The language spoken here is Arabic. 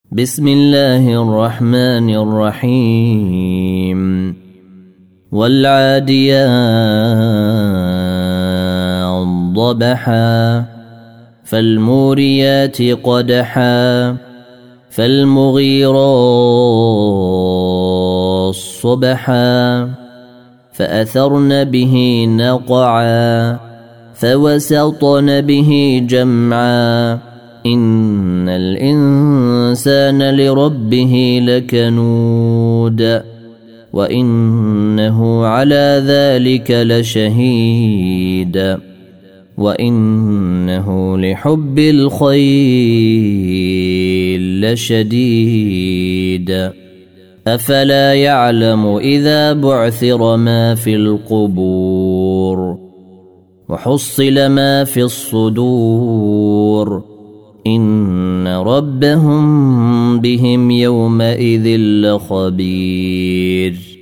بسم الله الرحمن الرحيم والعاديات ضبحا فالموريات قدحا فالمغيرات صبحا فأثرن به نقعا فوسطن به جمعا إن الإنسان لربه لكنود وإنه على ذلك لشهيد وإنه لحب الخير لشديد أفلا يعلم إذا بعثر ما في القبور وحصل ما في الصدور إن ربهم بهم يومئذ لخبير